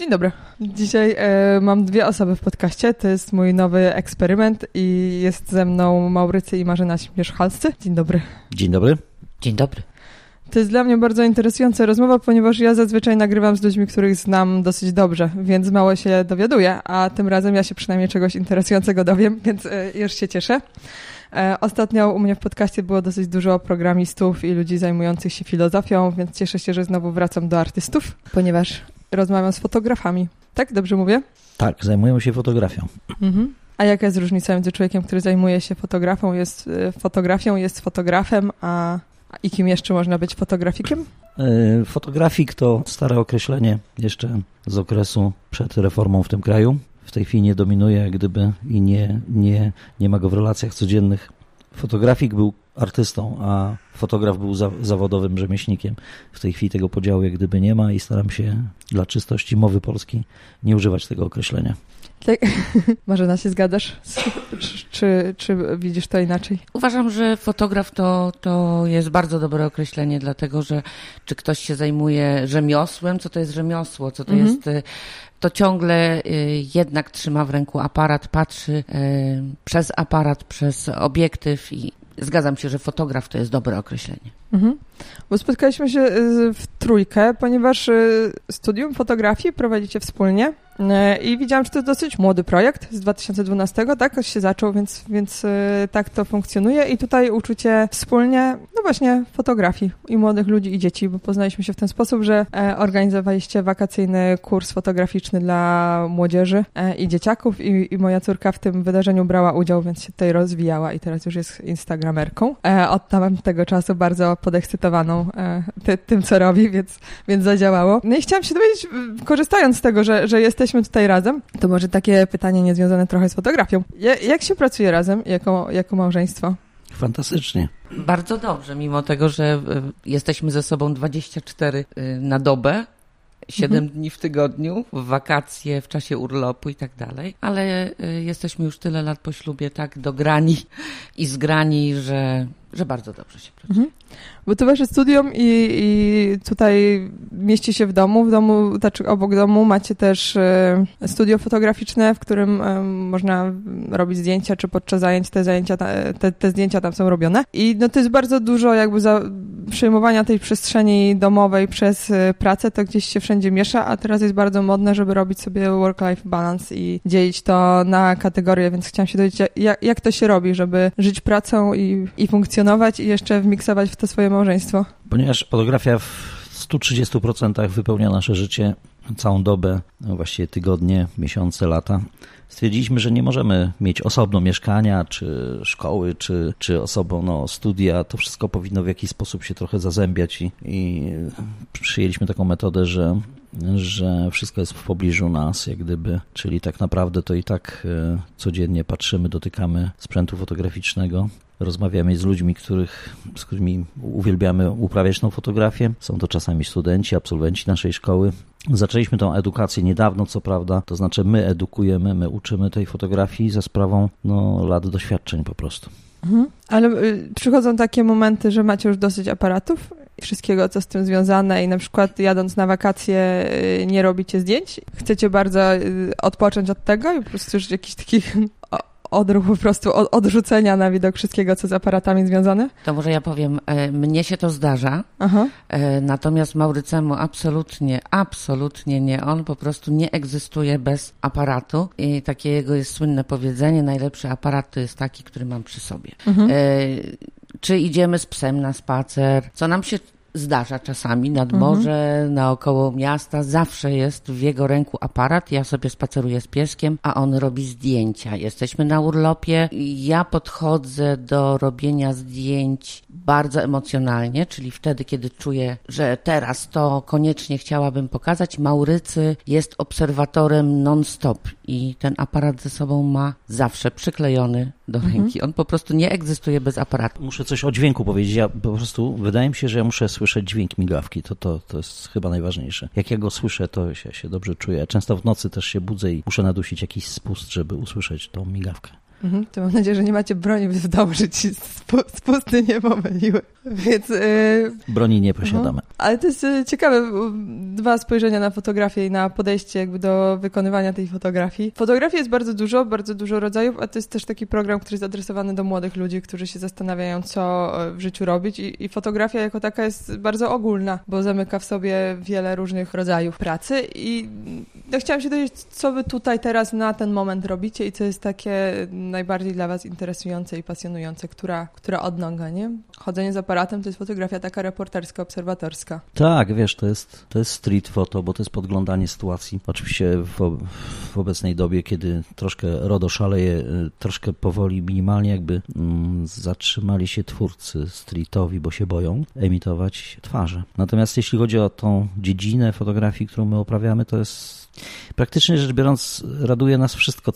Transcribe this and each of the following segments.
Dzień dobry. Dzisiaj mam dwie osoby w podcaście. To jest mój nowy eksperyment i jest ze mną Maurycy i Marzena Śmierz-Halscy. Dzień dobry. Dzień dobry. Dzień dobry. To jest dla mnie bardzo interesująca rozmowa, ponieważ ja zazwyczaj nagrywam z ludźmi, których znam dosyć dobrze, więc mało się dowiaduję, a tym razem ja się przynajmniej czegoś interesującego dowiem, więc już się cieszę. Ostatnio u mnie w podcaście było dosyć dużo programistów i ludzi zajmujących się filozofią, więc cieszę się, że znowu wracam do artystów, ponieważ rozmawiam z fotografami. Tak? Dobrze mówię? Tak, zajmują się fotografią. Mhm. A jaka jest różnica między człowiekiem, który zajmuje się fotografią, jest fotografem, a i kim jeszcze można być fotografikiem? Fotografik to stare określenie jeszcze z okresu przed reformą w tym kraju. W tej chwili nie dominuje jak gdyby i nie ma go w relacjach codziennych. Fotografik był artystą, a fotograf był zawodowym rzemieślnikiem. W tej chwili tego podziału jak gdyby nie ma i staram się dla czystości mowy polskiej nie używać tego określenia. Tak. Marzena, się zgadzasz? Czy widzisz to inaczej? Uważam, że fotograf to jest bardzo dobre określenie, dlatego że czy ktoś się zajmuje rzemiosłem, co to jest rzemiosło, co to jest... To ciągle jednak trzyma w ręku aparat, patrzy przez aparat, przez obiektyw i zgadzam się, że fotograf to jest dobre określenie. Bo spotkaliśmy się w trójkę, ponieważ studium fotografii prowadzicie wspólnie i widziałam, że to jest dosyć młody projekt z 2012, tak? Się zaczął, więc tak to funkcjonuje i tutaj uczucie wspólnie, no właśnie fotografii i młodych ludzi i dzieci, bo poznaliśmy się w ten sposób, że organizowaliście wakacyjny kurs fotograficzny dla młodzieży i dzieciaków i moja córka w tym wydarzeniu brała udział, więc się tutaj rozwijała i teraz już jest instagramerką. Od tamtego czasu bardzo podekscytowaną tym, co robi, więc zadziałało. No i chciałam się dowiedzieć, korzystając z tego, że jesteśmy tutaj razem, to może takie pytanie niezwiązane trochę z fotografią. Jak się pracuje razem jako małżeństwo? Fantastycznie. Bardzo dobrze, mimo tego, że jesteśmy ze sobą 24 na dobę, 7 dni w tygodniu, w wakacje, w czasie urlopu i tak dalej, ale jesteśmy już tyle lat po ślubie tak dograni i zgrani, że bardzo dobrze się pracuje. Bo to wasze studium i tutaj mieści się w domu, znaczy obok domu macie też studio fotograficzne, w którym można robić zdjęcia, czy podczas zajęć te zdjęcia tam są robione. I no to jest bardzo dużo jakby przejmowania tej przestrzeni domowej przez pracę, to gdzieś się wszędzie miesza, a teraz jest bardzo modne, żeby robić sobie work-life balance i dzielić to na kategorie, więc chciałam się dowiedzieć, jak to się robi, żeby żyć pracą i funkcjonować i jeszcze wmiksować w to swoje małżeństwo. Ponieważ fotografia w 130% wypełnia nasze życie całą dobę, no właściwie tygodnie, miesiące, lata, stwierdziliśmy, że nie możemy mieć osobno mieszkania, czy szkoły, czy osobno studia. To wszystko powinno w jakiś sposób się trochę zazębiać i przyjęliśmy taką metodę, że wszystko jest w pobliżu nas, jak gdyby, czyli tak naprawdę to i tak codziennie patrzymy, dotykamy sprzętu fotograficznego. Rozmawiamy z ludźmi, z którymi uwielbiamy uprawiać tą fotografię. Są to czasami studenci, absolwenci naszej szkoły. Zaczęliśmy tą edukację niedawno, co prawda, to znaczy my edukujemy, my uczymy tej fotografii za sprawą lat doświadczeń po prostu. Ale przychodzą takie momenty, że macie już dosyć aparatów i wszystkiego, co z tym związane i na przykład jadąc na wakacje nie robicie zdjęć? Chcecie bardzo odpocząć od tego i po prostu już jakiś taki odruch po prostu odrzucenia na widok wszystkiego, co z aparatami związane? To może ja powiem, mnie się to zdarza, natomiast Maurycemu absolutnie nie. On po prostu nie egzystuje bez aparatu i takie jego jest słynne powiedzenie, najlepszy aparat to jest taki, który mam przy sobie. Czy idziemy z psem na spacer, co nam się zdarza czasami nad morze, naokoło miasta, zawsze jest w jego ręku aparat, ja sobie spaceruję z pieskiem, a on robi zdjęcia. Jesteśmy na urlopie, ja podchodzę do robienia zdjęć bardzo emocjonalnie, czyli wtedy, kiedy czuję, że teraz to koniecznie chciałabym pokazać. Maurycy jest obserwatorem non-stop i ten aparat ze sobą ma zawsze przyklejony do ręki. On po prostu nie egzystuje bez aparatu. Muszę coś o dźwięku powiedzieć. Ja po prostu, wydaje mi się, że ja muszę słyszeć dźwięk migawki. To jest chyba najważniejsze. Jak ja go słyszę, to ja się dobrze czuję. Często w nocy też się budzę i muszę nadusić jakiś spust, żeby usłyszeć tą migawkę. To mam nadzieję, że nie macie broni w domu, że ci spusty nie pomyliły. Więc, broni nie posiadamy. Ale to jest ciekawe, dwa spojrzenia na fotografię i na podejście jakby do wykonywania tej fotografii. Fotografii jest bardzo dużo rodzajów, a to jest też taki program, który jest adresowany do młodych ludzi, którzy się zastanawiają, co w życiu robić i fotografia jako taka jest bardzo ogólna, bo zamyka w sobie wiele różnych rodzajów pracy i chciałam się dowiedzieć, co wy tutaj teraz na ten moment robicie i co jest takie najbardziej dla was interesujące i pasjonujące, która odnoga, nie? Chodzenie z aparatem to jest fotografia taka reporterska, obserwatorska. Tak, wiesz, to jest street photo, bo to jest podglądanie sytuacji. Oczywiście w obecnej dobie, kiedy troszkę RODO szaleje, troszkę powoli, minimalnie jakby zatrzymali się twórcy streetowi, bo się boją emitować twarze. Natomiast jeśli chodzi o tą dziedzinę fotografii, którą my uprawiamy, to jest praktycznie rzecz biorąc raduje nas wszystko,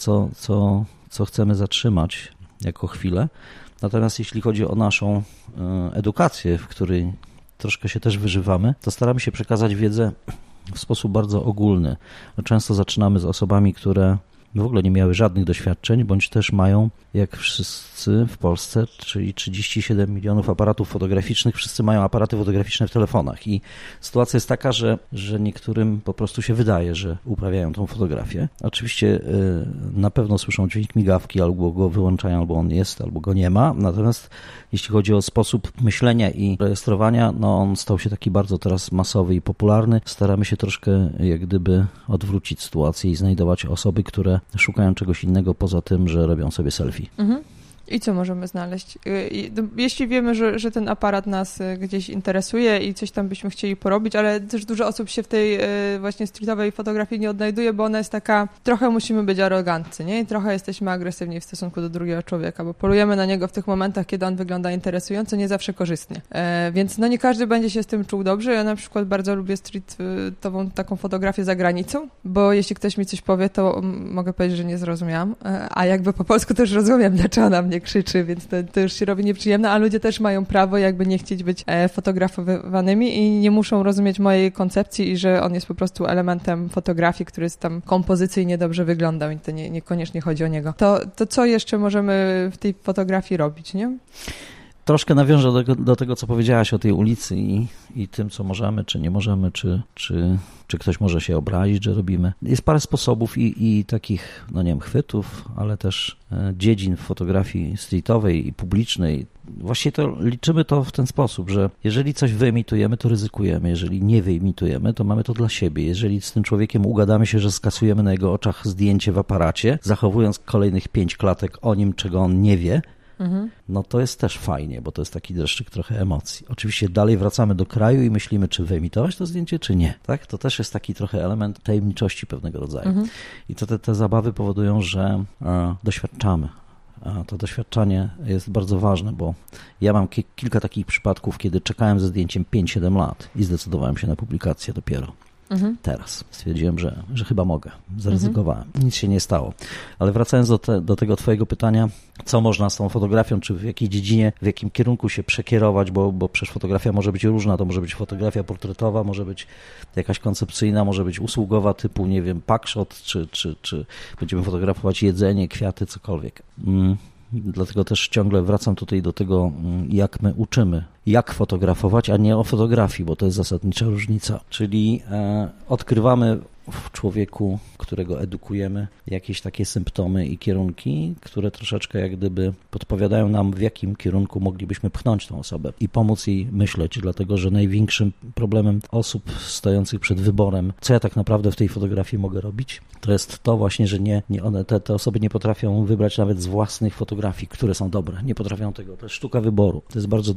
co chcemy zatrzymać jako chwilę. Natomiast jeśli chodzi o naszą edukację, w której troszkę się też wyżywamy, to staramy się przekazać wiedzę w sposób bardzo ogólny. Często zaczynamy z osobami, które w ogóle nie miały żadnych doświadczeń, bądź też mają, jak wszyscy w Polsce, czyli 37 milionów aparatów fotograficznych, wszyscy mają aparaty fotograficzne w telefonach i sytuacja jest taka, że niektórym po prostu się wydaje, że uprawiają tą fotografię. Oczywiście na pewno słyszą dźwięk migawki, albo go wyłączają, albo on jest, albo go nie ma, natomiast jeśli chodzi o sposób myślenia i rejestrowania, no on stał się taki bardzo teraz masowy i popularny. Staramy się troszkę jak gdyby odwrócić sytuację i znajdować osoby, które szukają czegoś innego poza tym, że robią sobie selfie. I co możemy znaleźć? Jeśli wiemy, że ten aparat nas gdzieś interesuje i coś tam byśmy chcieli porobić, ale też dużo osób się w tej właśnie streetowej fotografii nie odnajduje, bo ona jest taka, trochę musimy być aroganccy, nie? I trochę jesteśmy agresywni w stosunku do drugiego człowieka, bo polujemy na niego w tych momentach, kiedy on wygląda interesująco, nie zawsze korzystnie. Więc no nie każdy będzie się z tym czuł dobrze. Ja na przykład bardzo lubię streetową taką fotografię za granicą, bo jeśli ktoś mi coś powie, to mogę powiedzieć, że nie zrozumiałam, a jakby po polsku też rozumiem, dlaczego na mnie krzyczy, więc to już się robi nieprzyjemne, a ludzie też mają prawo jakby nie chcieć być fotografowanymi i nie muszą rozumieć mojej koncepcji i że on jest po prostu elementem fotografii, który jest tam kompozycyjnie dobrze wyglądał i to niekoniecznie chodzi o niego. To co jeszcze możemy w tej fotografii robić, nie? Troszkę nawiążę do tego, co powiedziałaś o tej ulicy i tym, co możemy, czy nie możemy, czy ktoś może się obrazić, że robimy. Jest parę sposobów i takich, no nie wiem, chwytów, ale też dziedzin w fotografii streetowej i publicznej. Właściwie to liczymy to w ten sposób, że jeżeli coś wyemitujemy, to ryzykujemy. Jeżeli nie wyemitujemy, to mamy to dla siebie. Jeżeli z tym człowiekiem ugadamy się, że skasujemy na jego oczach zdjęcie w aparacie, zachowując kolejnych 5 klatek o nim, czego on nie wie, no to jest też fajnie, bo to jest taki dreszczyk trochę emocji. Oczywiście dalej wracamy do kraju i myślimy, czy wyemitować to zdjęcie, czy nie. Tak? To też jest taki trochę element tajemniczości pewnego rodzaju. I to te zabawy powodują, że doświadczamy. A to doświadczenie jest bardzo ważne, bo ja mam kilka takich przypadków, kiedy czekałem ze zdjęciem 5-7 lat i zdecydowałem się na publikację dopiero. Teraz stwierdziłem, że chyba mogę. Zaryzykowałem. Nic się nie stało. Ale wracając do tego twojego pytania, co można z tą fotografią, czy w jakiej dziedzinie, w jakim kierunku się przekierować, bo przecież fotografia może być różna. To może być fotografia portretowa, może być jakaś koncepcyjna, może być usługowa typu, nie wiem, packshot, czy będziemy fotografować jedzenie, kwiaty, cokolwiek. Dlatego też ciągle wracam tutaj do tego, jak my uczymy, jak fotografować, a nie o fotografii, bo to jest zasadnicza różnica. Czyli odkrywamy w człowieku, którego edukujemy, jakieś takie symptomy i kierunki, które troszeczkę jak gdyby podpowiadają nam, w jakim kierunku moglibyśmy pchnąć tą osobę i pomóc jej myśleć, dlatego że największym problemem osób stojących przed wyborem, co ja tak naprawdę w tej fotografii mogę robić, to jest to właśnie, że te osoby nie potrafią wybrać nawet z własnych fotografii, które są dobre. Nie potrafią tego. To jest sztuka wyboru. To jest bardzo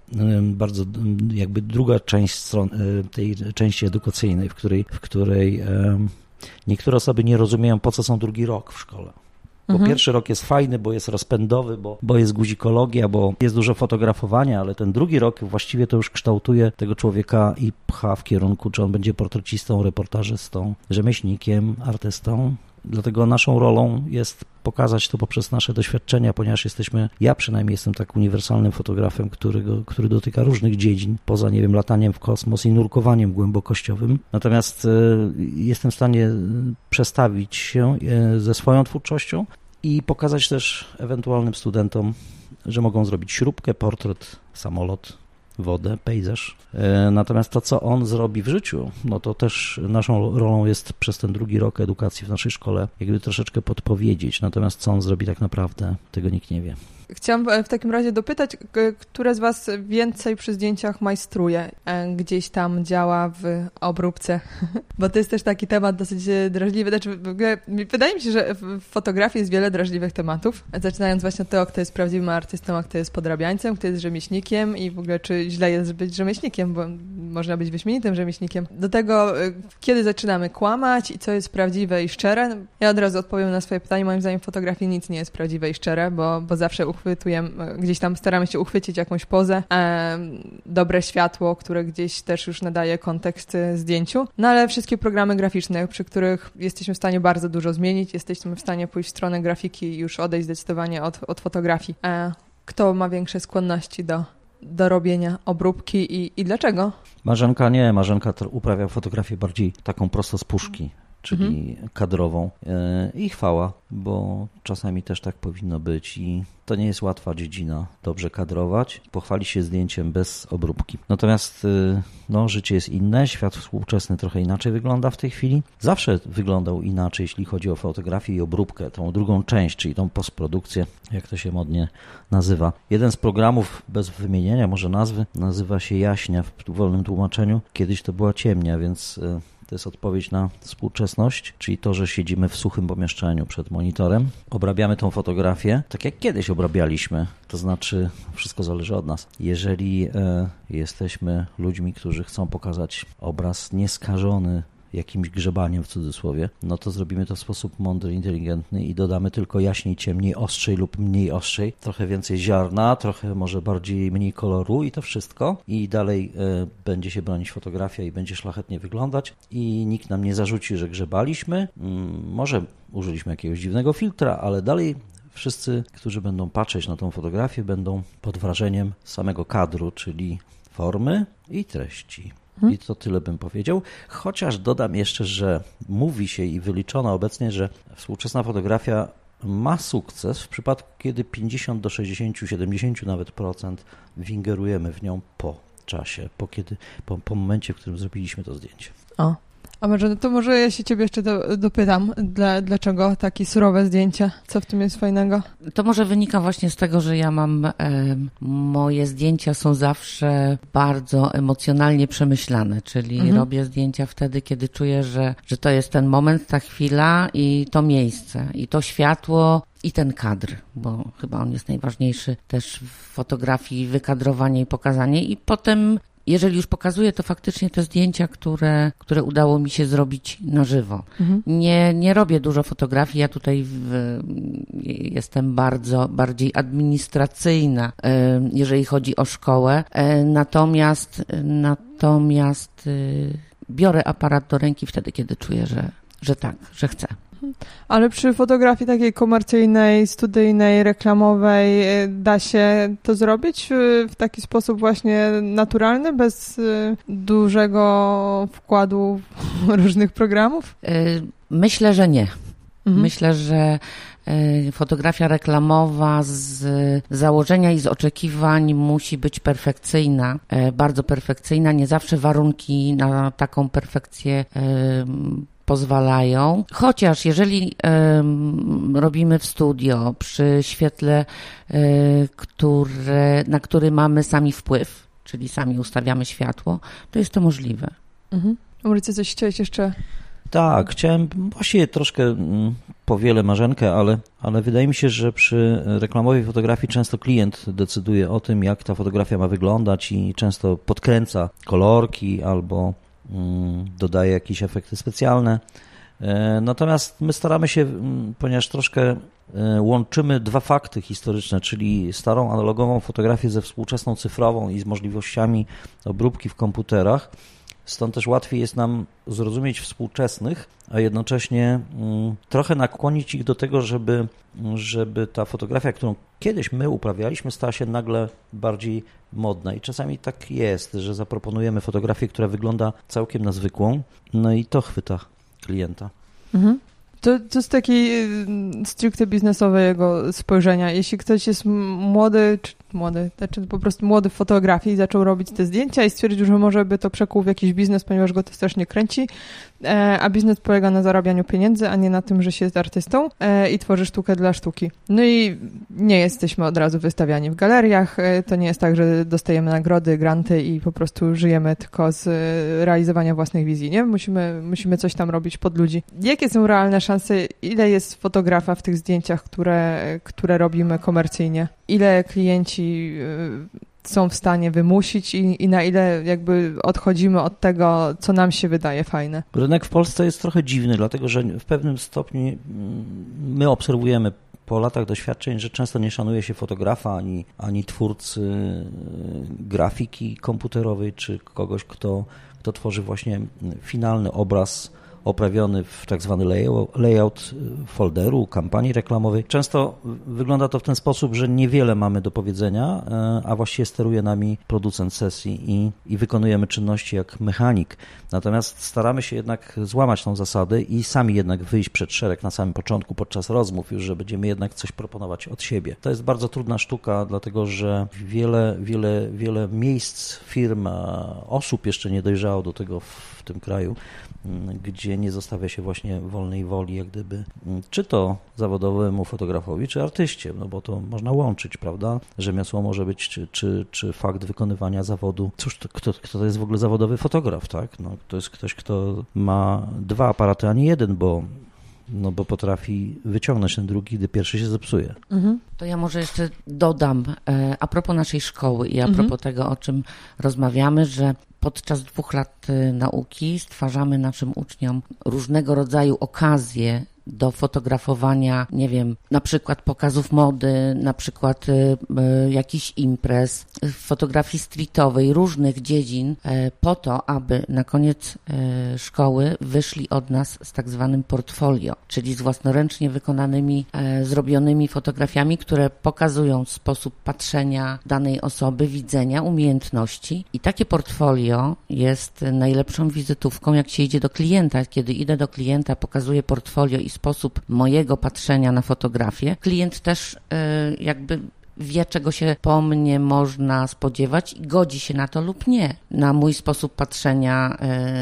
druga część tej części edukacyjnej, w której niektóre osoby nie rozumieją, po co są drugi rok w szkole. Bo pierwszy rok jest fajny, bo jest rozpędowy, bo jest guzikologia, bo jest dużo fotografowania, ale ten drugi rok właściwie to już kształtuje tego człowieka i pcha w kierunku, czy on będzie portrecistą, reportażystą, rzemieślnikiem, artystą. Dlatego naszą rolą jest pokazać to poprzez nasze doświadczenia, ponieważ ja przynajmniej jestem tak uniwersalnym fotografem, który dotyka różnych dziedzin, poza, nie wiem, lataniem w kosmos i nurkowaniem głębokościowym. Natomiast jestem w stanie przestawić się ze swoją twórczością i pokazać też ewentualnym studentom, że mogą zrobić śrubkę, portret, samolot, wodę, pejzaż. Natomiast to, co on zrobi w życiu, no to też naszą rolą jest przez ten 2 rok edukacji w naszej szkole jakby troszeczkę podpowiedzieć. Natomiast co on zrobi tak naprawdę, tego nikt nie wie. Chciałam w takim razie dopytać, które z Was więcej przy zdjęciach majstruje, gdzieś tam działa w obróbce, bo to jest też taki temat dosyć drażliwy. Znaczy, w ogóle, wydaje mi się, że w fotografii jest wiele drażliwych tematów, zaczynając właśnie od tego, kto jest prawdziwym artystą, a kto jest podrabiańcem, kto jest rzemieślnikiem i w ogóle czy źle jest być rzemieślnikiem, bo można być wyśmienitym rzemieślnikiem. Do tego, kiedy zaczynamy kłamać i co jest prawdziwe i szczere. Ja od razu odpowiem na swoje pytanie. Moim zdaniem w fotografii nic nie jest prawdziwe i szczere, bo zawsze gdzieś tam staramy się uchwycić jakąś pozę, dobre światło, które gdzieś też już nadaje kontekst zdjęciu. No ale wszystkie programy graficzne, przy których jesteśmy w stanie bardzo dużo zmienić, jesteśmy w stanie pójść w stronę grafiki i już odejść zdecydowanie od fotografii. Kto ma większe skłonności do robienia obróbki i dlaczego? Marzenka nie. Marzenka uprawia fotografię bardziej taką prosto z puszki, czyli kadrową. I chwała, bo czasami też tak powinno być i to nie jest łatwa dziedzina dobrze kadrować, pochwalić się zdjęciem bez obróbki. Natomiast życie jest inne, świat współczesny trochę inaczej wygląda w tej chwili. Zawsze wyglądał inaczej, jeśli chodzi o fotografię i obróbkę, tą drugą część, czyli tą postprodukcję, jak to się modnie nazywa. Jeden z programów, bez wymienienia może nazwy, nazywa się Jaśnia w wolnym tłumaczeniu. Kiedyś to była Ciemnia, więc to jest odpowiedź na współczesność, czyli to, że siedzimy w suchym pomieszczeniu przed monitorem, obrabiamy tą fotografię, tak jak kiedyś obrabialiśmy, to znaczy wszystko zależy od nas. Jeżeli jesteśmy ludźmi, którzy chcą pokazać obraz nieskażony jakimś grzebaniem w cudzysłowie, no to zrobimy to w sposób mądry, inteligentny i dodamy tylko jaśniej, ciemniej, ostrzej lub mniej ostrzej, trochę więcej ziarna, trochę może mniej koloru i to wszystko i dalej będzie się bronić fotografia i będzie szlachetnie wyglądać i nikt nam nie zarzuci, że grzebaliśmy, może użyliśmy jakiegoś dziwnego filtra, ale dalej wszyscy, którzy będą patrzeć na tą fotografię, będą pod wrażeniem samego kadru, czyli formy i treści. I to tyle bym powiedział, chociaż dodam jeszcze, że mówi się i wyliczono obecnie, że współczesna fotografia ma sukces w przypadku, kiedy 50 do 60, 70 nawet procent wingerujemy w nią po czasie, po momencie, w którym zrobiliśmy to zdjęcie. A może ja się ciebie jeszcze dopytam, dlaczego takie surowe zdjęcia? Co w tym jest fajnego? To może wynika właśnie z tego, że ja moje zdjęcia są zawsze bardzo emocjonalnie przemyślane, czyli robię zdjęcia wtedy, kiedy czuję, że to jest ten moment, ta chwila i to miejsce, i to światło, i ten kadr, bo chyba on jest najważniejszy też w fotografii, wykadrowanie i pokazanie i potem jeżeli już pokazuję, to faktycznie te zdjęcia, które udało mi się zrobić na żywo. Nie robię dużo fotografii, ja tutaj jestem bardziej administracyjna, jeżeli chodzi o szkołę. Natomiast biorę aparat do ręki wtedy, kiedy czuję, że chcę. Ale przy fotografii takiej komercyjnej, studyjnej, reklamowej da się to zrobić w taki sposób właśnie naturalny, bez dużego wkładu różnych programów? Myślę, że nie. Myślę, że fotografia reklamowa z założenia i z oczekiwań musi być perfekcyjna, bardzo perfekcyjna. Nie zawsze warunki na taką perfekcję pozwalają. Chociaż jeżeli robimy w studio przy świetle, na który mamy sami wpływ, czyli sami ustawiamy światło, to jest to możliwe. Maurycy, coś chciałeś jeszcze? Tak, chciałem właściwie troszkę powielę Marzenkę, ale wydaje mi się, że przy reklamowej fotografii często klient decyduje o tym, jak ta fotografia ma wyglądać i często podkręca kolorki albo dodaje jakieś efekty specjalne. Natomiast my staramy się, ponieważ troszkę łączymy dwa fakty historyczne, czyli starą analogową fotografię ze współczesną cyfrową i z możliwościami obróbki w komputerach. Stąd też łatwiej jest nam zrozumieć współczesnych, a jednocześnie trochę nakłonić ich do tego, żeby ta fotografia, którą kiedyś my uprawialiśmy, stała się nagle bardziej modna. I czasami tak jest, że zaproponujemy fotografię, która wygląda całkiem na zwykłą, no i to chwyta klienta. To z takiej stricte biznesowego spojrzenia. Jeśli ktoś jest młody, znaczy po prostu młody w fotografii i zaczął robić te zdjęcia i stwierdził, że może by to przekuł w jakiś biznes, ponieważ go to strasznie kręci, a biznes polega na zarabianiu pieniędzy, a nie na tym, że się jest artystą i tworzy sztukę dla sztuki. No i nie jesteśmy od razu wystawiani w galeriach, to nie jest tak, że dostajemy nagrody, granty i po prostu żyjemy tylko z realizowania własnych wizji, nie? Musimy coś tam robić pod ludzi. Jakie są realne szanse, ile jest fotografa w tych zdjęciach, które robimy komercyjnie? Ile klienci są w stanie wymusić i na ile jakby odchodzimy od tego, co nam się wydaje fajne? Rynek w Polsce jest trochę dziwny, dlatego że w pewnym stopniu my obserwujemy po latach doświadczeń, że często nie szanuje się fotografa ani twórcy grafiki komputerowej, czy kogoś, kto tworzy właśnie finalny obraz oprawiony w tak zwany layout folderu, kampanii reklamowej. Często wygląda to w ten sposób, że niewiele mamy do powiedzenia, a właściwie steruje nami producent sesji i wykonujemy czynności jak mechanik. Natomiast staramy się jednak złamać tą zasadę i sami jednak wyjść przed szereg na samym początku podczas rozmów już, że będziemy jednak coś proponować od siebie. To jest bardzo trudna sztuka, dlatego że wiele miejsc, firm, osób jeszcze nie dojrzało do tego w tym kraju, gdzie nie zostawia się właśnie wolnej woli, jak gdyby, czy to zawodowemu fotografowi, czy artyście, no bo to można łączyć, prawda? Rzemiosło może być, czy fakt wykonywania zawodu. Cóż, kto to jest w ogóle zawodowy fotograf, tak? No, to jest ktoś, kto ma 2 aparaty, a nie jeden, bo potrafi wyciągnąć ten drugi, gdy pierwszy się zepsuje. To ja może jeszcze dodam a propos naszej szkoły i a propos tego, o czym rozmawiamy, że podczas 2 lat nauki stwarzamy naszym uczniom różnego rodzaju okazje do fotografowania, nie wiem, na przykład pokazów mody, na przykład jakichś imprez, fotografii streetowej, różnych dziedzin, po to, aby na koniec szkoły wyszli od nas z tak zwanym portfolio, czyli z własnoręcznie wykonanymi, zrobionymi fotografiami, które pokazują sposób patrzenia danej osoby, widzenia, umiejętności. I takie portfolio jest najlepszą wizytówką, jak się idzie do klienta. Kiedy idę do klienta, pokazuję portfolio i sposób mojego patrzenia na fotografię. Klient też jakby wie, czego się po mnie można spodziewać i godzi się na to lub nie, na mój sposób patrzenia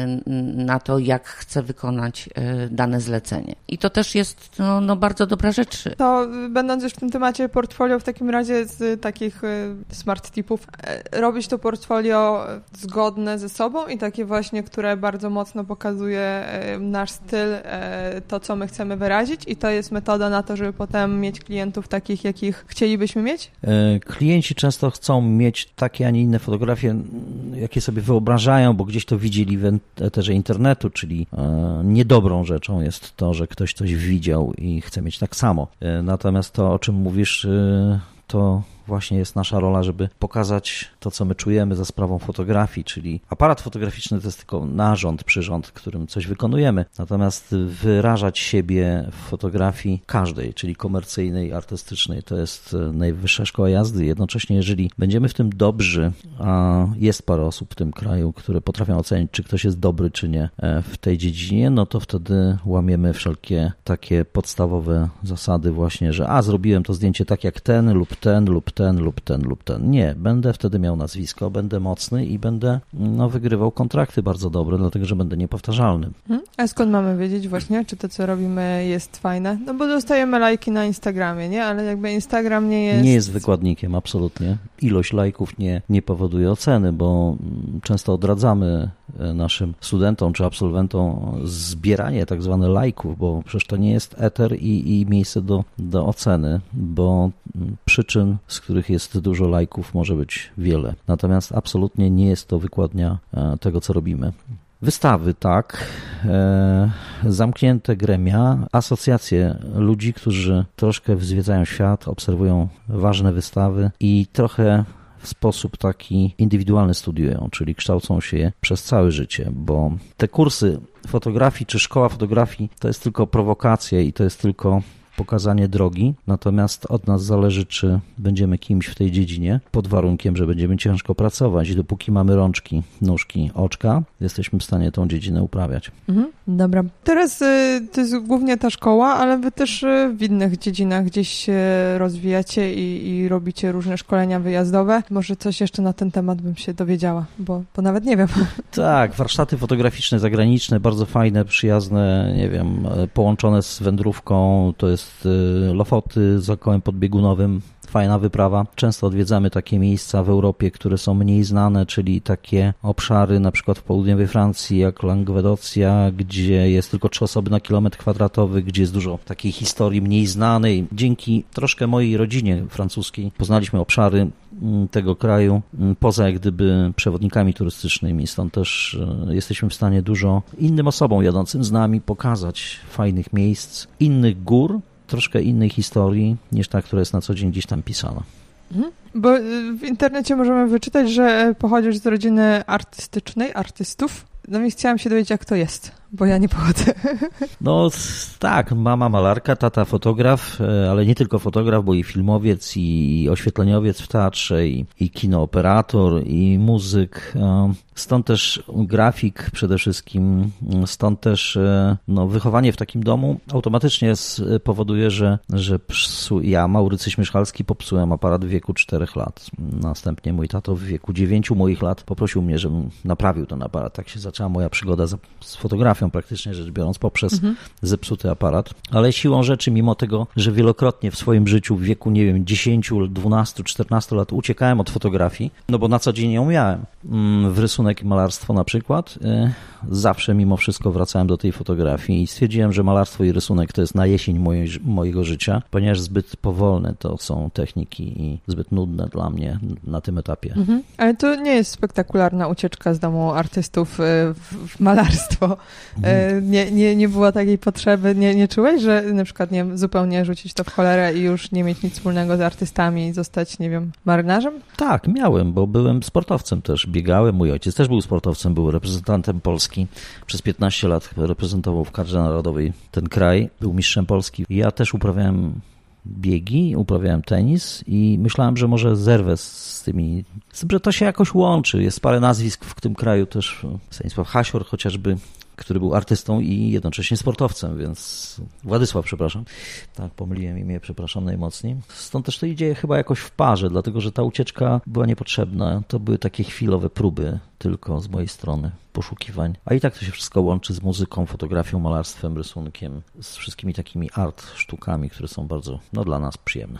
na to, jak chcę wykonać dane zlecenie. I to też jest bardzo dobra rzecz. To będąc już w tym temacie portfolio, w takim razie z takich smart tipów, robić to portfolio zgodne ze sobą i takie właśnie, które bardzo mocno pokazuje nasz styl, to, co my chcemy wyrazić i to jest metoda na to, żeby potem mieć klientów takich, jakich chcielibyśmy mieć? Klienci często chcą mieć takie, a nie inne fotografie, jakie sobie wyobrażają, bo gdzieś to widzieli w eterze internetu, czyli niedobrą rzeczą jest to, że ktoś coś widział i chce mieć tak samo. Natomiast to, o czym mówisz, to właśnie jest nasza rola, żeby pokazać to, co my czujemy za sprawą fotografii, czyli aparat fotograficzny to jest tylko narząd, przyrząd, którym coś wykonujemy, natomiast wyrażać siebie w fotografii każdej, czyli komercyjnej, artystycznej, to jest najwyższa szkoła jazdy. Jednocześnie, jeżeli będziemy w tym dobrzy, a jest parę osób w tym kraju, które potrafią ocenić, czy ktoś jest dobry, czy nie w tej dziedzinie, no to wtedy łamiemy wszelkie takie podstawowe zasady właśnie, że zrobiłem to zdjęcie tak jak ten lub ten lub ten lub ten lub ten. Nie, będę wtedy miał nazwisko, będę mocny i będę wygrywał kontrakty bardzo dobre, dlatego że będę niepowtarzalny. A skąd mamy wiedzieć właśnie, czy to, co robimy, jest fajne? No bo dostajemy lajki na Instagramie, nie? Ale jakby Instagram nie jest... Nie jest wykładnikiem, absolutnie. Ilość lajków nie powoduje oceny, bo często odradzamy naszym studentom czy absolwentom zbieranie tak zwane lajków, bo przecież to nie jest eter i miejsce do oceny, bo przyczyn, z których jest dużo lajków, może być wiele. Natomiast absolutnie nie jest to wykładnia tego, co robimy. Wystawy, tak, zamknięte gremia, asocjacje ludzi, którzy troszkę zwiedzają świat, obserwują ważne wystawy i trochę w sposób taki indywidualny studiują, czyli kształcą się je przez całe życie, bo te kursy fotografii czy szkoła fotografii to jest tylko prowokacja i to jest tylko pokazanie drogi, natomiast od nas zależy, czy będziemy kimś w tej dziedzinie, pod warunkiem, że będziemy ciężko pracować i dopóki mamy rączki, nóżki, oczka, jesteśmy w stanie tą dziedzinę uprawiać. Dobra. Teraz to jest głównie ta szkoła, ale wy też w innych dziedzinach gdzieś się rozwijacie i robicie różne szkolenia wyjazdowe. Może coś jeszcze na ten temat bym się dowiedziała, bo nawet nie wiem. Tak, warsztaty fotograficzne zagraniczne, bardzo fajne, przyjazne, nie wiem, połączone z wędrówką, to jest Lofoty z kołem podbiegunowym. Fajna wyprawa. Często odwiedzamy takie miejsca w Europie, które są mniej znane, czyli takie obszary na przykład w południowej Francji, jak Languedocia, gdzie jest tylko 3 osoby na kilometr kwadratowy, gdzie jest dużo takiej historii mniej znanej. Dzięki troszkę mojej rodzinie francuskiej poznaliśmy obszary tego kraju poza jak gdyby przewodnikami turystycznymi. Stąd też jesteśmy w stanie dużo innym osobom jadącym z nami pokazać fajnych miejsc, innych gór, troszkę innej historii niż ta, która jest na co dzień gdzieś tam pisana. Bo w internecie możemy wyczytać, że pochodzisz z rodziny artystycznej, artystów. No i chciałam się dowiedzieć, jak to jest, bo ja nie pochodzę. No tak, mama malarka, tata fotograf, ale nie tylko fotograf, bo i filmowiec, i oświetleniowiec w teatrze, i kinooperator, i muzyk. Stąd też grafik przede wszystkim, stąd też wychowanie w takim domu automatycznie powoduje, że ja, Maurycy Śmieszkalski, popsułem aparat w wieku 4 lat. Następnie mój tato w wieku 9 moich lat poprosił mnie, żebym naprawił ten aparat. Tak się zaczęła moja przygoda z fotografią, praktycznie rzecz biorąc, poprzez zepsuty aparat. Ale siłą rzeczy, mimo tego, że wielokrotnie w swoim życiu w wieku, nie wiem, 10, 12, 14 lat uciekałem od fotografii, no bo na co dzień ją miałem. W rysunek i malarstwo na przykład, zawsze mimo wszystko wracałem do tej fotografii i stwierdziłem, że malarstwo i rysunek to jest na jesień mojego życia, ponieważ zbyt powolne to są techniki i zbyt nudne dla mnie na tym etapie. Ale to nie jest spektakularna ucieczka z domu artystów w malarstwo. Nie było takiej potrzeby, nie czułeś, że na przykład nie wiem, zupełnie rzucić to w cholerę i już nie mieć nic wspólnego z artystami i zostać, nie wiem, marynarzem? Tak, miałem, bo byłem sportowcem też, biegałem, mój ojciec też był sportowcem, był reprezentantem Polski, przez 15 lat reprezentował w kadrze narodowej ten kraj, był mistrzem Polski. Ja też uprawiałem biegi, uprawiałem tenis i myślałem, że może zerwę z tymi, z tym, że to się jakoś łączy. Jest parę nazwisk w tym kraju też, Stanisław Hasior chociażby, który był artystą i jednocześnie sportowcem, więc Władysław, przepraszam. Tak, pomyliłem imię, przepraszam najmocniej. Stąd też to idzie chyba jakoś w parze, dlatego że ta ucieczka była niepotrzebna. To były takie chwilowe próby tylko z mojej strony poszukiwań. A i tak to się wszystko łączy z muzyką, fotografią, malarstwem, rysunkiem, z wszystkimi takimi sztukami, które są bardzo, dla nas przyjemne.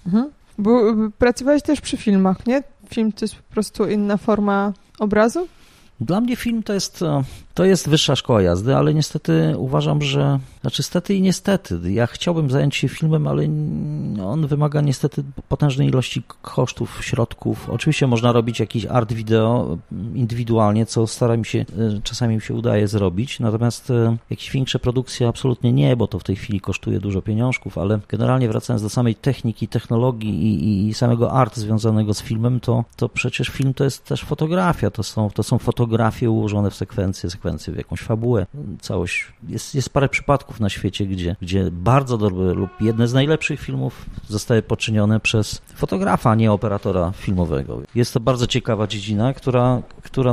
Bo pracowałeś też przy filmach, nie? Film to jest po prostu inna forma obrazu? Dla mnie film to jest wyższa szkoła jazdy, ale niestety uważam, że... Stety i niestety. Ja chciałbym zająć się filmem, ale on wymaga niestety potężnej ilości kosztów, środków. Oczywiście można robić jakiś art wideo indywidualnie, co czasami mi się udaje zrobić, natomiast jakieś większe produkcje absolutnie nie, bo to w tej chwili kosztuje dużo pieniążków, ale generalnie wracając do samej techniki, technologii i samego art związanego z filmem, to przecież film to jest też fotografia, to są fotografie ułożone w sekwencje w jakąś fabułę. Całość. Jest parę przypadków na świecie, gdzie bardzo dobre lub jedne z najlepszych filmów zostały poczynione przez fotografa, a nie operatora filmowego. Jest to bardzo ciekawa dziedzina, która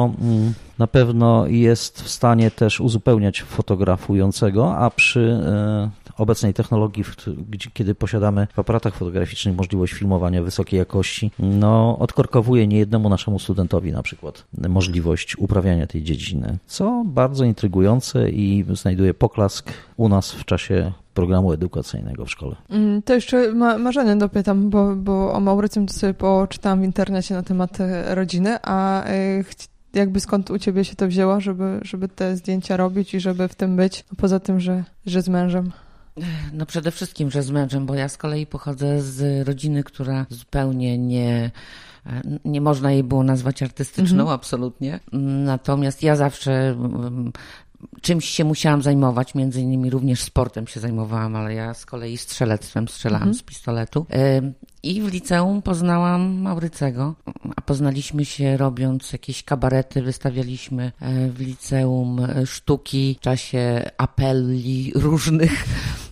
na pewno jest w stanie też uzupełniać fotografującego, a przy obecnej technologii, kiedy posiadamy w aparatach fotograficznych możliwość filmowania wysokiej jakości, odkorkowuje niejednemu naszemu studentowi na przykład możliwość uprawiania tej dziedziny, co bardzo intrygujące i znajduje poklask u nas w czasie programu edukacyjnego w szkole. To jeszcze Marzenę dopytam, bo o Maurycym to sobie poczytałam w internecie na temat rodziny, a jakby skąd u ciebie się to wzięło, żeby te zdjęcia robić i żeby w tym być, poza tym, że z mężem? No przede wszystkim, że z mężem, bo ja z kolei pochodzę z rodziny, która zupełnie nie można jej było nazwać artystyczną, absolutnie. Natomiast ja zawsze czymś się musiałam zajmować, między innymi również sportem się zajmowałam, ale ja z kolei strzelectwem strzelałam z pistoletu. I w liceum poznałam Maurycego, a poznaliśmy się robiąc jakieś kabarety, wystawialiśmy w liceum sztuki w czasie apeli różnych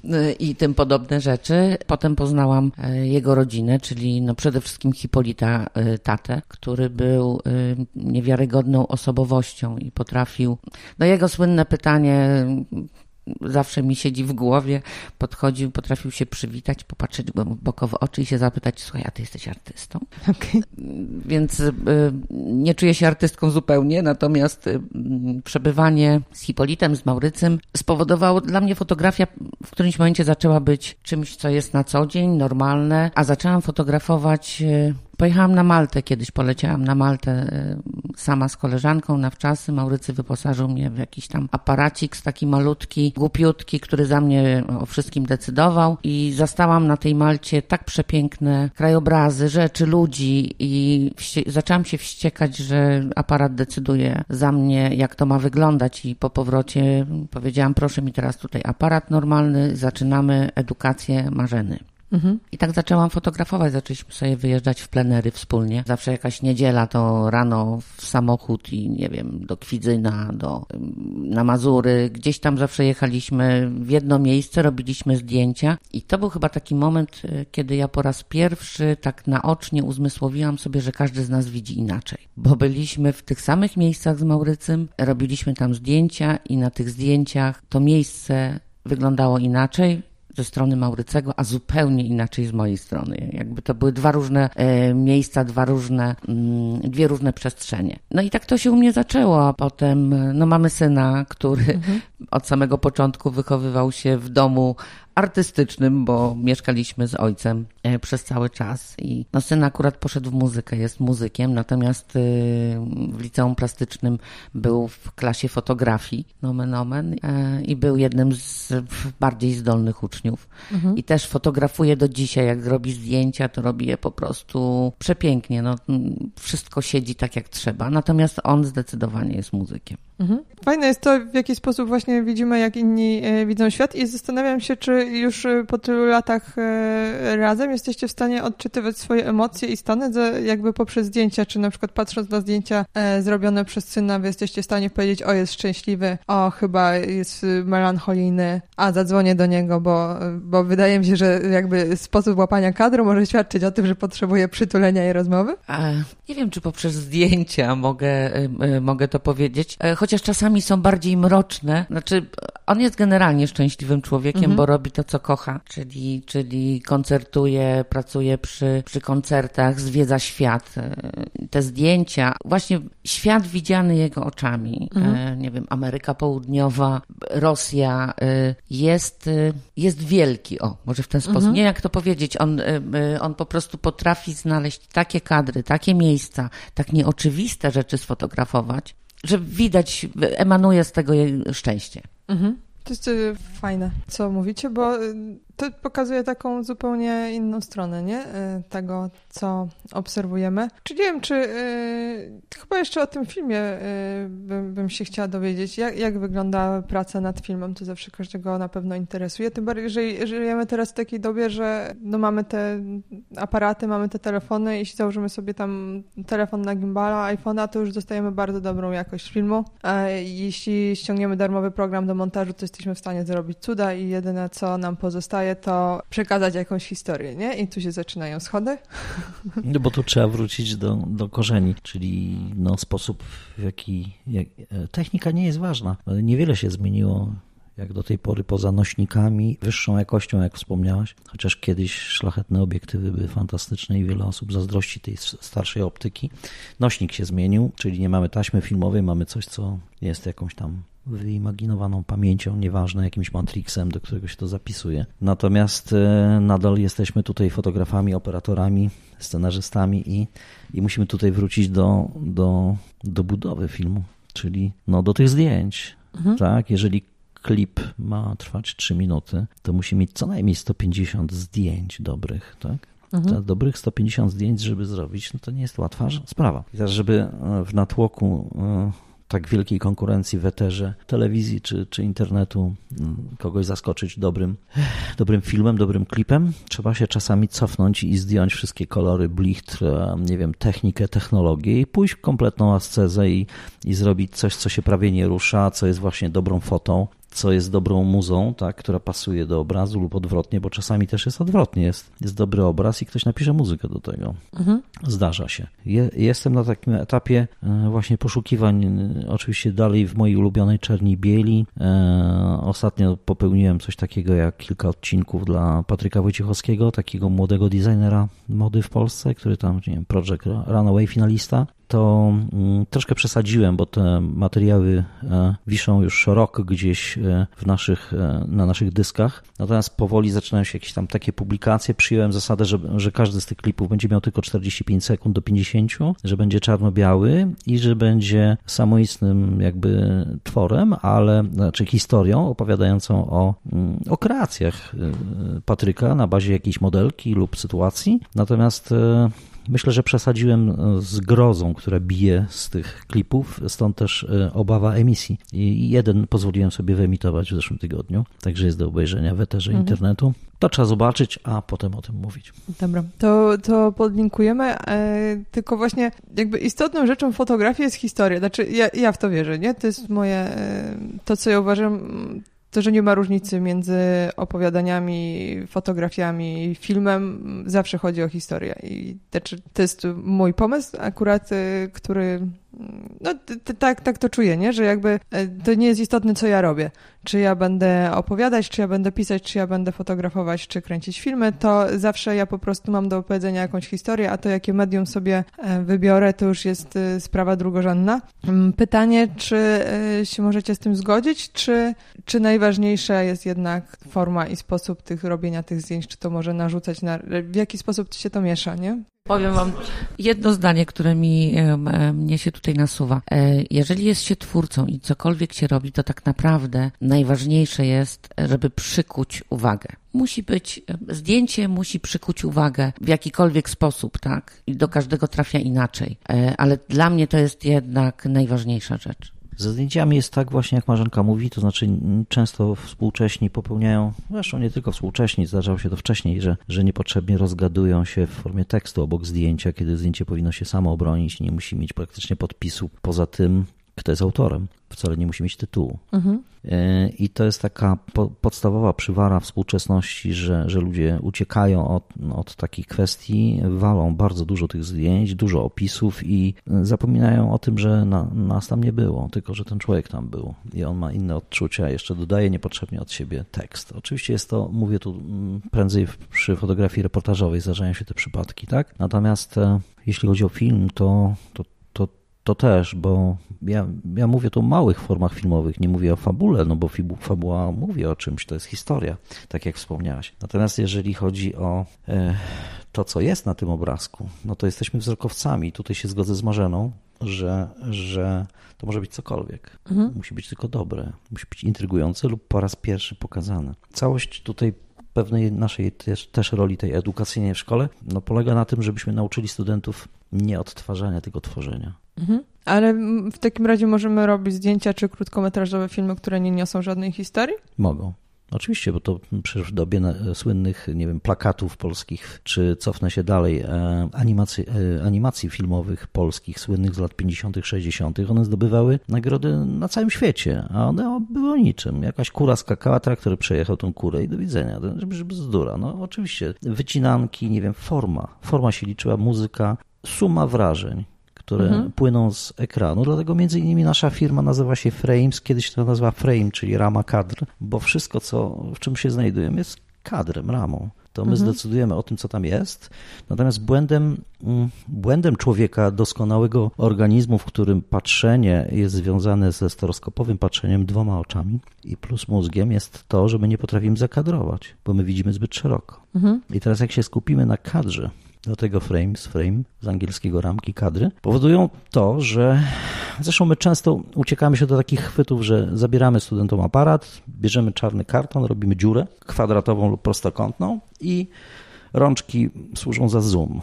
i tym podobne rzeczy. Potem poznałam jego rodzinę, czyli no przede wszystkim Hipolita, tatę, który był niewiarygodną osobowością i potrafił, no jego słynne pytanie zawsze mi siedzi w głowie, podchodził, potrafił się przywitać, popatrzeć głęboko w oczy i się zapytać, słuchaj, a ty jesteś artystą? Okay. Więc nie czuję się artystką zupełnie, natomiast przebywanie z Hipolitem, z Maurycym spowodowało dla mnie fotografia w którymś momencie zaczęła być czymś, co jest na co dzień, normalne, a zaczęłam fotografować. Pojechałam na Maltę kiedyś, poleciałam na Maltę sama z koleżanką na wczasy. Maurycy wyposażył mnie w jakiś tam aparacik taki malutki, głupiutki, który za mnie o wszystkim decydował i zastałam na tej Malcie tak przepiękne krajobrazy, rzeczy, ludzi i zaczęłam się wściekać, że aparat decyduje za mnie, jak to ma wyglądać i po powrocie powiedziałam, proszę mi teraz tutaj aparat normalny, zaczynamy edukację Marzeny. I tak zaczęłam fotografować, zaczęliśmy sobie wyjeżdżać w plenery wspólnie. Zawsze jakaś niedziela to rano w samochód i nie wiem, do Kwidzyna, na Mazury. Gdzieś tam zawsze jechaliśmy w jedno miejsce, robiliśmy zdjęcia i to był chyba taki moment, kiedy ja po raz pierwszy tak naocznie uzmysłowiłam sobie, że każdy z nas widzi inaczej. Bo byliśmy w tych samych miejscach z Maurycym, robiliśmy tam zdjęcia i na tych zdjęciach to miejsce wyglądało inaczej ze strony Maurycego, a zupełnie inaczej z mojej strony. Jakby to były dwa różne miejsca, dwie różne przestrzenie. No i tak to się u mnie zaczęło, a potem no mamy syna, który od samego początku wychowywał się w domu artystycznym, bo mieszkaliśmy z ojcem przez cały czas i no syn akurat poszedł w muzykę, jest muzykiem, natomiast w liceum plastycznym był w klasie fotografii, nomen omen, i był jednym z bardziej zdolnych uczniów. I też fotografuje do dzisiaj, jak robi zdjęcia, to robi je po prostu przepięknie, no wszystko siedzi tak jak trzeba, natomiast on zdecydowanie jest muzykiem. Fajne jest to, w jaki sposób właśnie widzimy, jak inni widzą świat i zastanawiam się, czy już po tylu latach razem jesteście w stanie odczytywać swoje emocje i stany jakby poprzez zdjęcia, czy na przykład patrząc na zdjęcia zrobione przez syna, wy jesteście w stanie powiedzieć, o jest szczęśliwy, o chyba jest melancholijny, a zadzwonię do niego, bo wydaje mi się, że jakby sposób łapania kadru może świadczyć o tym, że potrzebuje przytulenia i rozmowy? Nie wiem, czy poprzez zdjęcia mogę to powiedzieć, chociaż czasami są bardziej mroczne. Znaczy, on jest generalnie szczęśliwym człowiekiem, bo robi to, co kocha, czyli koncertuje, pracuje przy koncertach, zwiedza świat. Te zdjęcia, właśnie świat widziany jego oczami, nie wiem, Ameryka Południowa, Rosja, jest wielki, może w ten sposób. Nie wiem, jak to powiedzieć, on po prostu potrafi znaleźć takie kadry, takie miejsca, tak nieoczywiste rzeczy sfotografować, że widać, emanuje z tego szczęście. To jest fajne, co mówicie, bo to pokazuje taką zupełnie inną stronę, nie? Tego, co obserwujemy. Czy nie wiem, chyba jeszcze o tym filmie bym się chciała dowiedzieć, jak wygląda praca nad filmem, to zawsze każdego na pewno interesuje, tym bardziej, że żyjemy teraz w takiej dobie, że no mamy te aparaty, mamy te telefony, jeśli założymy sobie tam telefon na gimbala, iPhone'a, to już dostajemy bardzo dobrą jakość filmu. Jeśli ściągniemy darmowy program do montażu, to jesteśmy w stanie zrobić cuda i jedyne, co nam pozostaje, to przekazać jakąś historię, nie? I tu się zaczynają schody. No bo tu trzeba wrócić do korzeni, czyli sposób, w jaki technika nie jest ważna. Niewiele się zmieniło jak do tej pory poza nośnikami, wyższą jakością, jak wspomniałaś, chociaż kiedyś szlachetne obiektywy były fantastyczne i wiele osób zazdrości tej starszej optyki. Nośnik się zmienił, czyli nie mamy taśmy filmowej, mamy coś, co jest jakąś tam wyimaginowaną pamięcią, nieważne, jakimś matrixem, do którego się to zapisuje. Natomiast nadal jesteśmy tutaj fotografami, operatorami, scenarzystami i musimy tutaj wrócić do budowy filmu, czyli do tych zdjęć. Tak? Jeżeli klip ma trwać 3 minuty, to musi mieć co najmniej 150 zdjęć dobrych, tak? Dobrych 150 zdjęć, żeby zrobić, to nie jest łatwa sprawa. I teraz, żeby w natłoku tak wielkiej konkurencji w eterze telewizji czy internetu kogoś zaskoczyć dobrym filmem, dobrym klipem, trzeba się czasami cofnąć i zdjąć wszystkie kolory, blichtr, nie wiem, technikę, technologię i pójść w kompletną ascezę i zrobić coś, co się prawie nie rusza, co jest właśnie dobrą fotą co jest dobrą muzą, tak, która pasuje do obrazu lub odwrotnie, bo czasami też jest odwrotnie. Jest dobry obraz i ktoś napisze muzykę do tego. Zdarza się. Jestem na takim etapie właśnie poszukiwań, oczywiście dalej w mojej ulubionej czerni bieli. Ostatnio popełniłem coś takiego jak kilka odcinków dla Patryka Wojciechowskiego, takiego młodego designera mody w Polsce, który tam, nie wiem, Project Runaway finalista. To troszkę przesadziłem, bo te materiały wiszą już rok gdzieś na naszych dyskach. Natomiast powoli zaczynają się jakieś tam takie publikacje. Przyjąłem zasadę, że każdy z tych klipów będzie miał tylko 45 sekund do 50, że będzie czarno-biały i że będzie samoistnym jakby tworem, znaczy historią opowiadającą o kreacjach Patryka na bazie jakiejś modelki lub sytuacji. Natomiast myślę, że przesadziłem z grozą, która bije z tych klipów, stąd też obawa emisji. I jeden pozwoliłem sobie wyemitować w zeszłym tygodniu, także jest do obejrzenia w eterze internetu. To trzeba zobaczyć, a potem o tym mówić. Dobra, to podlinkujemy, tylko właśnie jakby istotną rzeczą fotografii jest historia. Znaczy ja w to wierzę, nie? To jest moje, to co ja uważam, to, że nie ma różnicy między opowiadaniami, fotografiami, filmem, zawsze chodzi o historię. I to jest mój pomysł akurat, który, no tak to czuję, nie? Że jakby to nie jest istotne, co ja robię. Czy ja będę opowiadać, czy ja będę pisać, czy ja będę fotografować, czy kręcić filmy, to zawsze ja po prostu mam do opowiedzenia jakąś historię, a to jakie medium sobie wybiorę, to już jest sprawa drugorzędna. Pytanie, czy się możecie z tym zgodzić, czy najważniejsza jest jednak forma i sposób robienia tych zdjęć, czy to może narzucać, w jaki sposób się to miesza, nie? Powiem wam jedno zdanie, które mnie się tutaj nasuwa. Jeżeli jest się twórcą i cokolwiek się robi, to tak naprawdę najważniejsze jest, żeby przykuć uwagę. Zdjęcie musi przykuć uwagę w jakikolwiek sposób, tak? I do każdego trafia inaczej. Ale dla mnie to jest jednak najważniejsza rzecz. Ze zdjęciami jest tak właśnie, jak Marzenka mówi, to znaczy często współcześni popełniają, zresztą nie tylko współcześni, zdarzało się to wcześniej, że niepotrzebnie rozgadują się w formie tekstu obok zdjęcia, kiedy zdjęcie powinno się samo obronić, nie musi mieć praktycznie podpisu poza tym, kto jest autorem. Wcale nie musi mieć tytułu. I to jest taka podstawowa przywara współczesności, że ludzie uciekają od takich kwestii, walą bardzo dużo tych zdjęć, dużo opisów i zapominają o tym, że nas tam nie było, tylko że ten człowiek tam był i on ma inne odczucia, jeszcze dodaje niepotrzebnie od siebie tekst. Oczywiście jest to, mówię tu prędzej przy fotografii reportażowej zdarzają się te przypadki, tak? Natomiast jeśli chodzi o film, to też, bo ja mówię tu o małych formach filmowych, nie mówię o fabule, no bo fabuła mówi o czymś, to jest historia, tak jak wspomniałaś. Natomiast jeżeli chodzi o to, co jest na tym obrazku, no to jesteśmy wzrokowcami. Tutaj się zgodzę z Marzeną, że to może być cokolwiek. Musi być tylko dobre, musi być intrygujące lub po raz pierwszy pokazane. Całość tutaj pewnej naszej też roli tej edukacyjnej w szkole polega na tym, żebyśmy nauczyli studentów nie odtwarzania, tylko tworzenia. Ale w takim razie możemy robić zdjęcia czy krótkometrażowe filmy, które nie niosą żadnej historii? Mogą. Oczywiście, bo to przecież w dobie słynnych, nie wiem, plakatów polskich, czy cofnę się dalej, animacji filmowych polskich, słynnych z lat 50., 60., one zdobywały nagrody na całym świecie, a one były o niczym. Jakaś kura skakała, traktor przejechał tą kurę i do widzenia. To bzdura. No oczywiście, wycinanki, nie wiem, forma się liczyła, muzyka, suma wrażeń, które płyną z ekranu. Dlatego między innymi nasza firma nazywa się Frames, kiedyś to nazywa Frame, czyli rama kadr, bo wszystko, w czym się znajdujemy, jest kadrem, ramą. To my zdecydujemy o tym, co tam jest. Natomiast błędem człowieka, doskonałego organizmu, w którym patrzenie jest związane ze stereoskopowym patrzeniem 2 oczami i plus mózgiem, jest to, że my nie potrafimy zakadrować, bo my widzimy zbyt szeroko. I teraz jak się skupimy na kadrze, do tego frame z angielskiego ramki, kadry, powodują to, że zresztą my często uciekamy się do takich chwytów, że zabieramy studentom aparat, bierzemy czarny karton, robimy dziurę kwadratową lub prostokątną i rączki służą za zoom.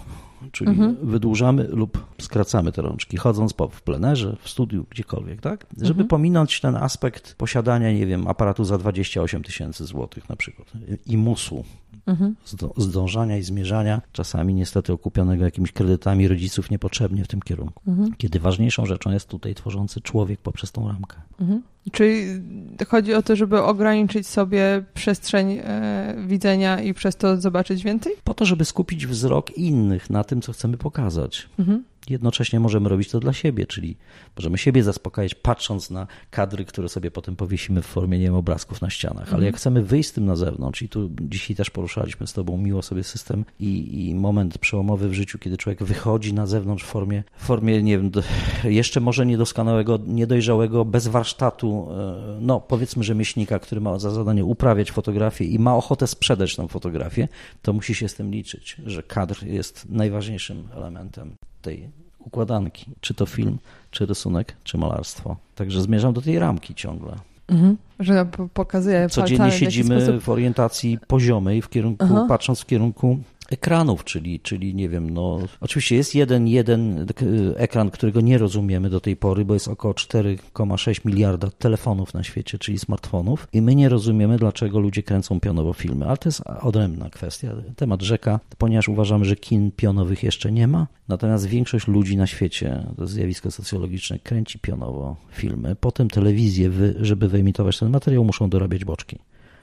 czyli wydłużamy lub skracamy te rączki, chodząc w plenerze, w studiu, gdziekolwiek, tak? Żeby pominąć ten aspekt posiadania, nie wiem, aparatu za 28 000 złotych na przykład, imusu, zdążania i zmierzania, czasami niestety okupionego jakimiś kredytami rodziców niepotrzebnie w tym kierunku. Kiedy ważniejszą rzeczą jest tutaj tworzący człowiek poprzez tą ramkę. Czyli chodzi o to, żeby ograniczyć sobie przestrzeń widzenia i przez to zobaczyć więcej? Po to, żeby skupić wzrok innych na tym, co chcemy pokazać. Jednocześnie możemy robić to dla siebie, czyli możemy siebie zaspokajać, patrząc na kadry, które sobie potem powiesimy w formie, nie wiem, obrazków na ścianach. Ale jak chcemy wyjść z tym na zewnątrz, i tu dzisiaj też poruszaliśmy z tobą miło sobie system i moment przełomowy w życiu, kiedy człowiek wychodzi na zewnątrz w formie, nie wiem, jeszcze może niedoskonałego, niedojrzałego, bez warsztatu, no powiedzmy rzemieślnika, który ma za zadanie uprawiać fotografię i ma ochotę sprzedać tą fotografię, to musi się z tym liczyć, że kadr jest najważniejszym elementem tej układanki, czy to film, czy rysunek, czy malarstwo. Także zmierzam do tej ramki ciągle. Że pokazuje codziennie siedzimy w orientacji poziomej, patrząc w kierunku ekranów, czyli nie wiem, no oczywiście jest jeden ekran, którego nie rozumiemy do tej pory, bo jest około 4,6 miliarda telefonów na świecie, czyli smartfonów i my nie rozumiemy, dlaczego ludzie kręcą pionowo filmy, ale to jest odrębna kwestia. Temat rzeka, ponieważ uważamy, że kin pionowych jeszcze nie ma, natomiast większość ludzi na świecie, to jest zjawisko socjologiczne, kręci pionowo filmy, potem telewizje, żeby wyemitować ten materiał, muszą dorabiać boczki.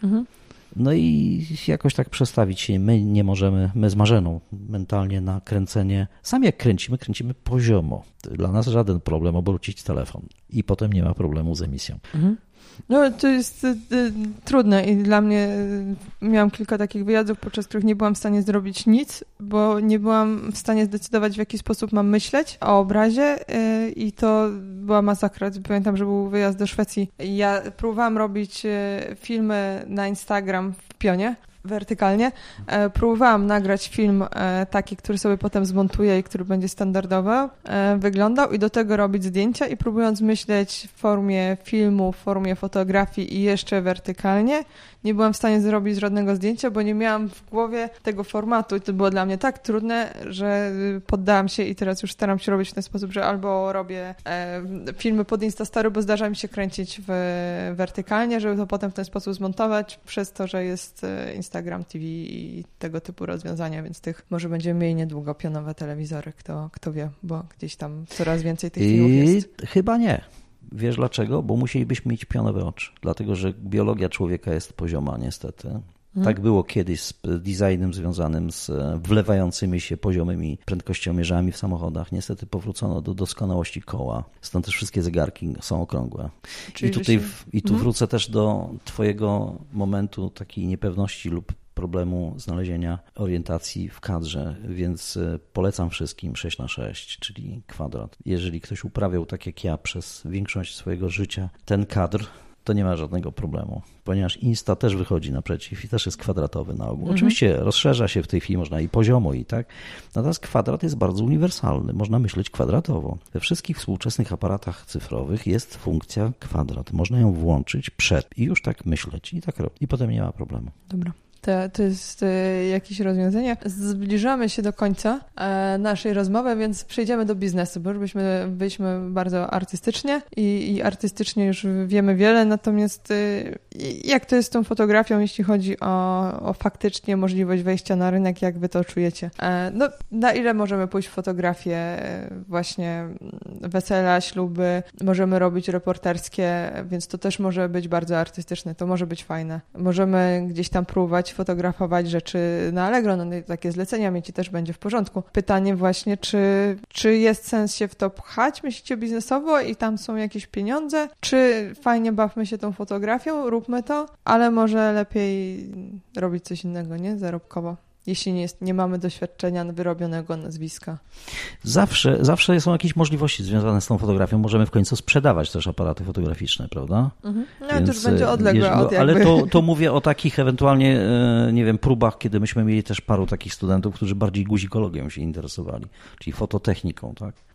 No i jakoś tak przestawić się. My nie możemy, my z Marzeną mentalnie na kręcenie. Sami jak kręcimy poziomo. Dla nas żaden problem obrócić telefon i potem nie ma problemu z emisją. No to jest trudne i dla mnie miałam kilka takich wyjazdów, podczas których nie byłam w stanie zrobić nic, bo nie byłam w stanie zdecydować, w jaki sposób mam myśleć o obrazie i to była masakra. Pamiętam, że był wyjazd do Szwecji. Ja próbowałam robić filmy na Instagram w pionie, wertykalnie. Próbowałam nagrać film taki, który sobie potem zmontuję i który będzie standardowo wyglądał i do tego robić zdjęcia i próbując myśleć w formie filmu, w formie fotografii i jeszcze wertykalnie, nie byłam w stanie zrobić żadnego zdjęcia, bo nie miałam w głowie tego formatu i to było dla mnie tak trudne, że poddałam się i teraz już staram się robić w ten sposób, że albo robię filmy pod Instastory, bo zdarza mi się kręcić wertykalnie, żeby to potem w ten sposób zmontować, przez to, że jest Instagram TV i tego typu rozwiązania, więc tych może będziemy mieli niedługo pionowe telewizory, kto wie, bo gdzieś tam coraz więcej tych filmów jest. Chyba nie. Wiesz dlaczego? Bo musielibyśmy mieć pionowe oczy. Dlatego, że biologia człowieka jest pozioma niestety. Tak było kiedyś z designem związanym z wlewającymi się poziomymi prędkościomierzami w samochodach. Niestety powrócono do doskonałości koła. Stąd też wszystkie zegarki są okrągłe. I tu wrócę też do twojego momentu takiej niepewności lub problemu znalezienia orientacji w kadrze, więc polecam wszystkim 6x6, czyli kwadrat. Jeżeli ktoś uprawiał tak jak ja przez większość swojego życia ten kadr, to nie ma żadnego problemu, ponieważ Insta też wychodzi naprzeciw i też jest kwadratowy na ogół. Oczywiście rozszerza się w tej chwili, można i poziomo i tak, natomiast kwadrat jest bardzo uniwersalny, można myśleć kwadratowo. We wszystkich współczesnych aparatach cyfrowych jest funkcja kwadrat, można ją włączyć i już tak myśleć i tak robić i potem nie ma problemu. Dobra. To jest jakieś rozwiązanie. Zbliżamy się do końca naszej rozmowy, więc przejdziemy do biznesu, bo już byliśmy bardzo artystycznie i artystycznie już wiemy wiele, natomiast jak to jest z tą fotografią, jeśli chodzi o faktycznie możliwość wejścia na rynek, jak wy to czujecie? No, na ile możemy pójść w fotografię właśnie wesela, śluby, możemy robić reporterskie, więc to też może być bardzo artystyczne, to może być fajne. Możemy gdzieś tam próbować fotografować rzeczy na Allegro, no takie zlecenia mieć i też będzie w porządku. Pytanie właśnie, czy jest sens się w to pchać, myślicie biznesowo i tam są jakieś pieniądze, czy fajnie bawmy się tą fotografią, róbmy to, ale może lepiej robić coś innego, nie? Zarobkowo. Jeśli nie mamy doświadczenia wyrobionego nazwiska. Zawsze są jakieś możliwości związane z tą fotografią. Możemy w końcu sprzedawać też aparaty fotograficzne, prawda? No więc, to już będzie odległe od jakby... Ale to mówię o takich ewentualnie, nie wiem, próbach, kiedy myśmy mieli też paru takich studentów, którzy bardziej guzikologią się interesowali, czyli fototechniką, tak?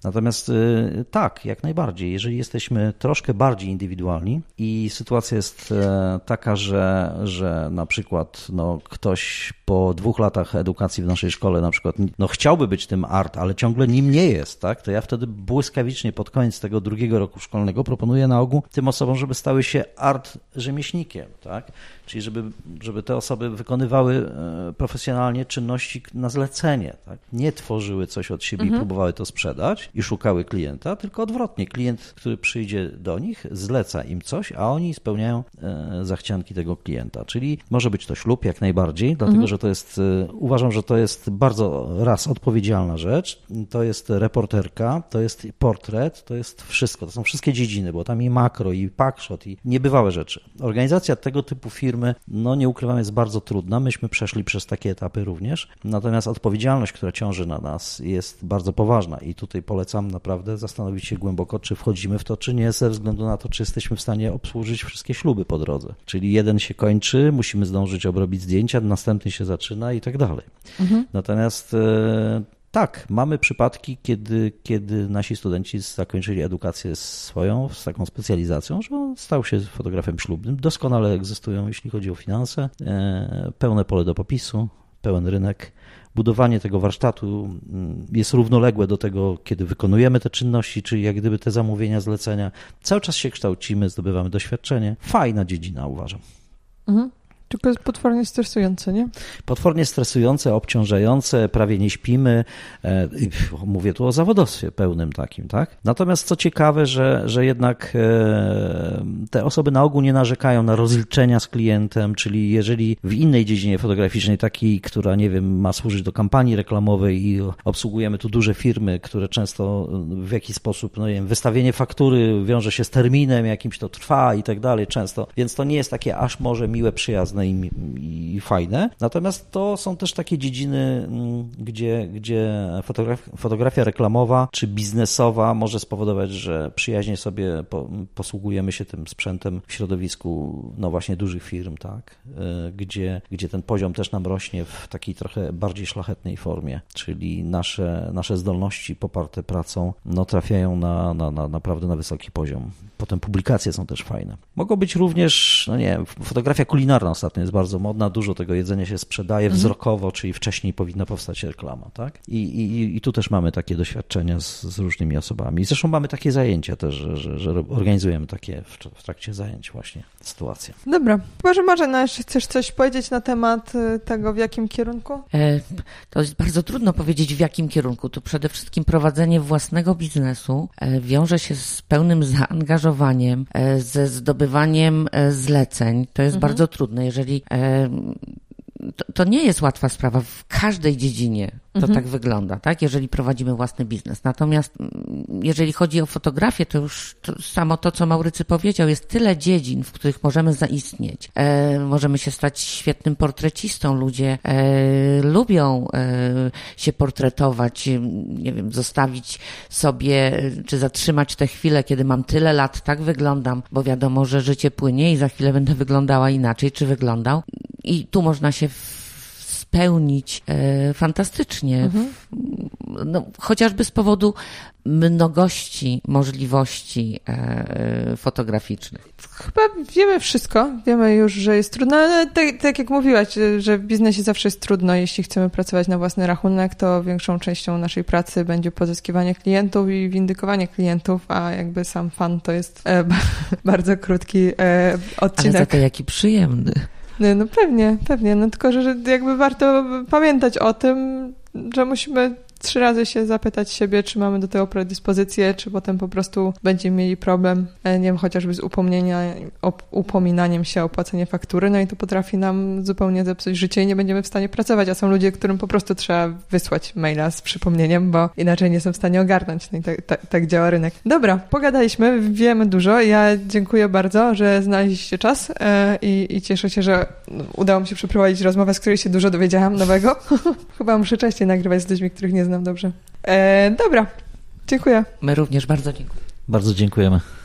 Natomiast tak, jak najbardziej. Jeżeli jesteśmy troszkę bardziej indywidualni i sytuacja jest taka, że na przykład ktoś po 2 latach edukacji w naszej szkole na przykład chciałby być tym art, ale ciągle nim nie jest, tak? To ja wtedy błyskawicznie pod koniec tego 2. roku szkolnego proponuję na ogół tym osobom, żeby stały się art rzemieślnikiem, tak? Czyli żeby te osoby wykonywały profesjonalnie czynności na zlecenie, tak? Nie tworzyły coś od siebie i próbowały to sprzedać i szukały klienta, tylko odwrotnie. Klient, który przyjdzie do nich, zleca im coś, a oni spełniają zachcianki tego klienta. Czyli może być to ślub jak najbardziej, dlatego że to jest, uważam, że to jest bardzo odpowiedzialna rzecz. To jest reporterka, to jest portret, to jest wszystko. To są wszystkie dziedziny, bo tam i makro, i packshot, i niebywałe rzeczy. Organizacja tego typu firmy, nie ukrywam, jest bardzo trudna. Myśmy przeszli przez takie etapy również. Natomiast odpowiedzialność, która ciąży na nas, jest bardzo poważna i tutaj polecam naprawdę zastanowić się głęboko, czy wchodzimy w to, czy nie, ze względu na to, czy jesteśmy w stanie obsłużyć wszystkie śluby po drodze. Czyli jeden się kończy, musimy zdążyć obrobić zdjęcia, następny się zaczyna i tak dalej. Natomiast tak, mamy przypadki, kiedy nasi studenci zakończyli edukację swoją, z taką specjalizacją, że on stał się fotografem ślubnym. Doskonale egzystują, jeśli chodzi o finanse, pełne pole do popisu, pełen rynek. Budowanie tego warsztatu jest równoległe do tego, kiedy wykonujemy te czynności, czyli jak gdyby te zamówienia, zlecenia. Cały czas się kształcimy, zdobywamy doświadczenie. Fajna dziedzina, uważam. Tylko jest potwornie stresujące, nie? Potwornie stresujące, obciążające, prawie nie śpimy. Mówię tu o zawodowstwie pełnym takim, tak? Natomiast co ciekawe, że jednak te osoby na ogół nie narzekają na rozliczenia z klientem, czyli jeżeli w innej dziedzinie fotograficznej, takiej, która, nie wiem, ma służyć do kampanii reklamowej i obsługujemy tu duże firmy, które często w jakiś sposób, nie wiem, wystawienie faktury wiąże się z terminem, jakimś to trwa i tak dalej często, więc to nie jest takie aż może miłe, przyjazne i fajne. Natomiast to są też takie dziedziny, gdzie fotografia reklamowa czy biznesowa może spowodować, że przyjaźnie sobie posługujemy się tym sprzętem w środowisku właśnie dużych firm, tak? Gdzie ten poziom też nam rośnie w takiej trochę bardziej szlachetnej formie, czyli nasze zdolności poparte pracą trafiają na naprawdę na wysoki poziom. Potem publikacje są też fajne. Mogą być również, fotografia kulinarna ostatnio jest bardzo modna, dużo tego jedzenia się sprzedaje wzrokowo, czyli wcześniej powinna powstać reklama, tak? I tu też mamy takie doświadczenia z różnymi osobami. I zresztą mamy takie zajęcia też, że organizujemy takie w trakcie zajęć właśnie sytuacje. Dobra. Chyba, Marzena, jeszcze chcesz coś powiedzieć na temat tego, w jakim kierunku? To jest bardzo trudno powiedzieć, w jakim kierunku. To przede wszystkim prowadzenie własnego biznesu wiąże się z pełnym zaangażowaniem, ze zdobywaniem zleceń. To jest bardzo trudne. Jeżeli to nie jest łatwa sprawa w każdej dziedzinie. To tak wygląda, tak? Jeżeli prowadzimy własny biznes. Natomiast jeżeli chodzi o fotografię, to już samo to, co Maurycy powiedział, jest tyle dziedzin, w których możemy zaistnieć. Możemy się stać świetnym portrecistą. Ludzie lubią się portretować, nie wiem, zostawić sobie, czy zatrzymać tę chwilę, kiedy mam tyle lat, tak wyglądam, bo wiadomo, że życie płynie i za chwilę będę wyglądała inaczej, czy wyglądał. I tu można się spełnić fantastycznie, chociażby z powodu mnogości możliwości fotograficznych. Chyba wiemy wszystko, wiemy już, że jest trudno, ale tak jak mówiłaś, że w biznesie zawsze jest trudno, jeśli chcemy pracować na własny rachunek, to większą częścią naszej pracy będzie pozyskiwanie klientów i windykowanie klientów, a jakby sam fan to jest bardzo krótki odcinek. Ale za to jaki przyjemny. No pewnie, tylko że jakby warto pamiętać o tym, że musimy 3 razy się zapytać siebie, czy mamy do tego predyspozycję, czy potem po prostu będziemy mieli problem, nie wiem, chociażby z upominaniem się o płacenie faktury, no i to potrafi nam zupełnie zepsuć życie i nie będziemy w stanie pracować, a są ludzie, którym po prostu trzeba wysłać maila z przypomnieniem, bo inaczej nie są w stanie ogarnąć. No i tak działa rynek. Dobra, pogadaliśmy, wiemy dużo. Ja dziękuję bardzo, że znaleźliście czas i cieszę się, że udało mi się przeprowadzić rozmowę, z której się dużo dowiedziałam nowego. Chyba muszę częściej nagrywać z ludźmi, których nie znam dobrze. Dobra, dziękuję. My również bardzo dziękujemy. Bardzo dziękujemy.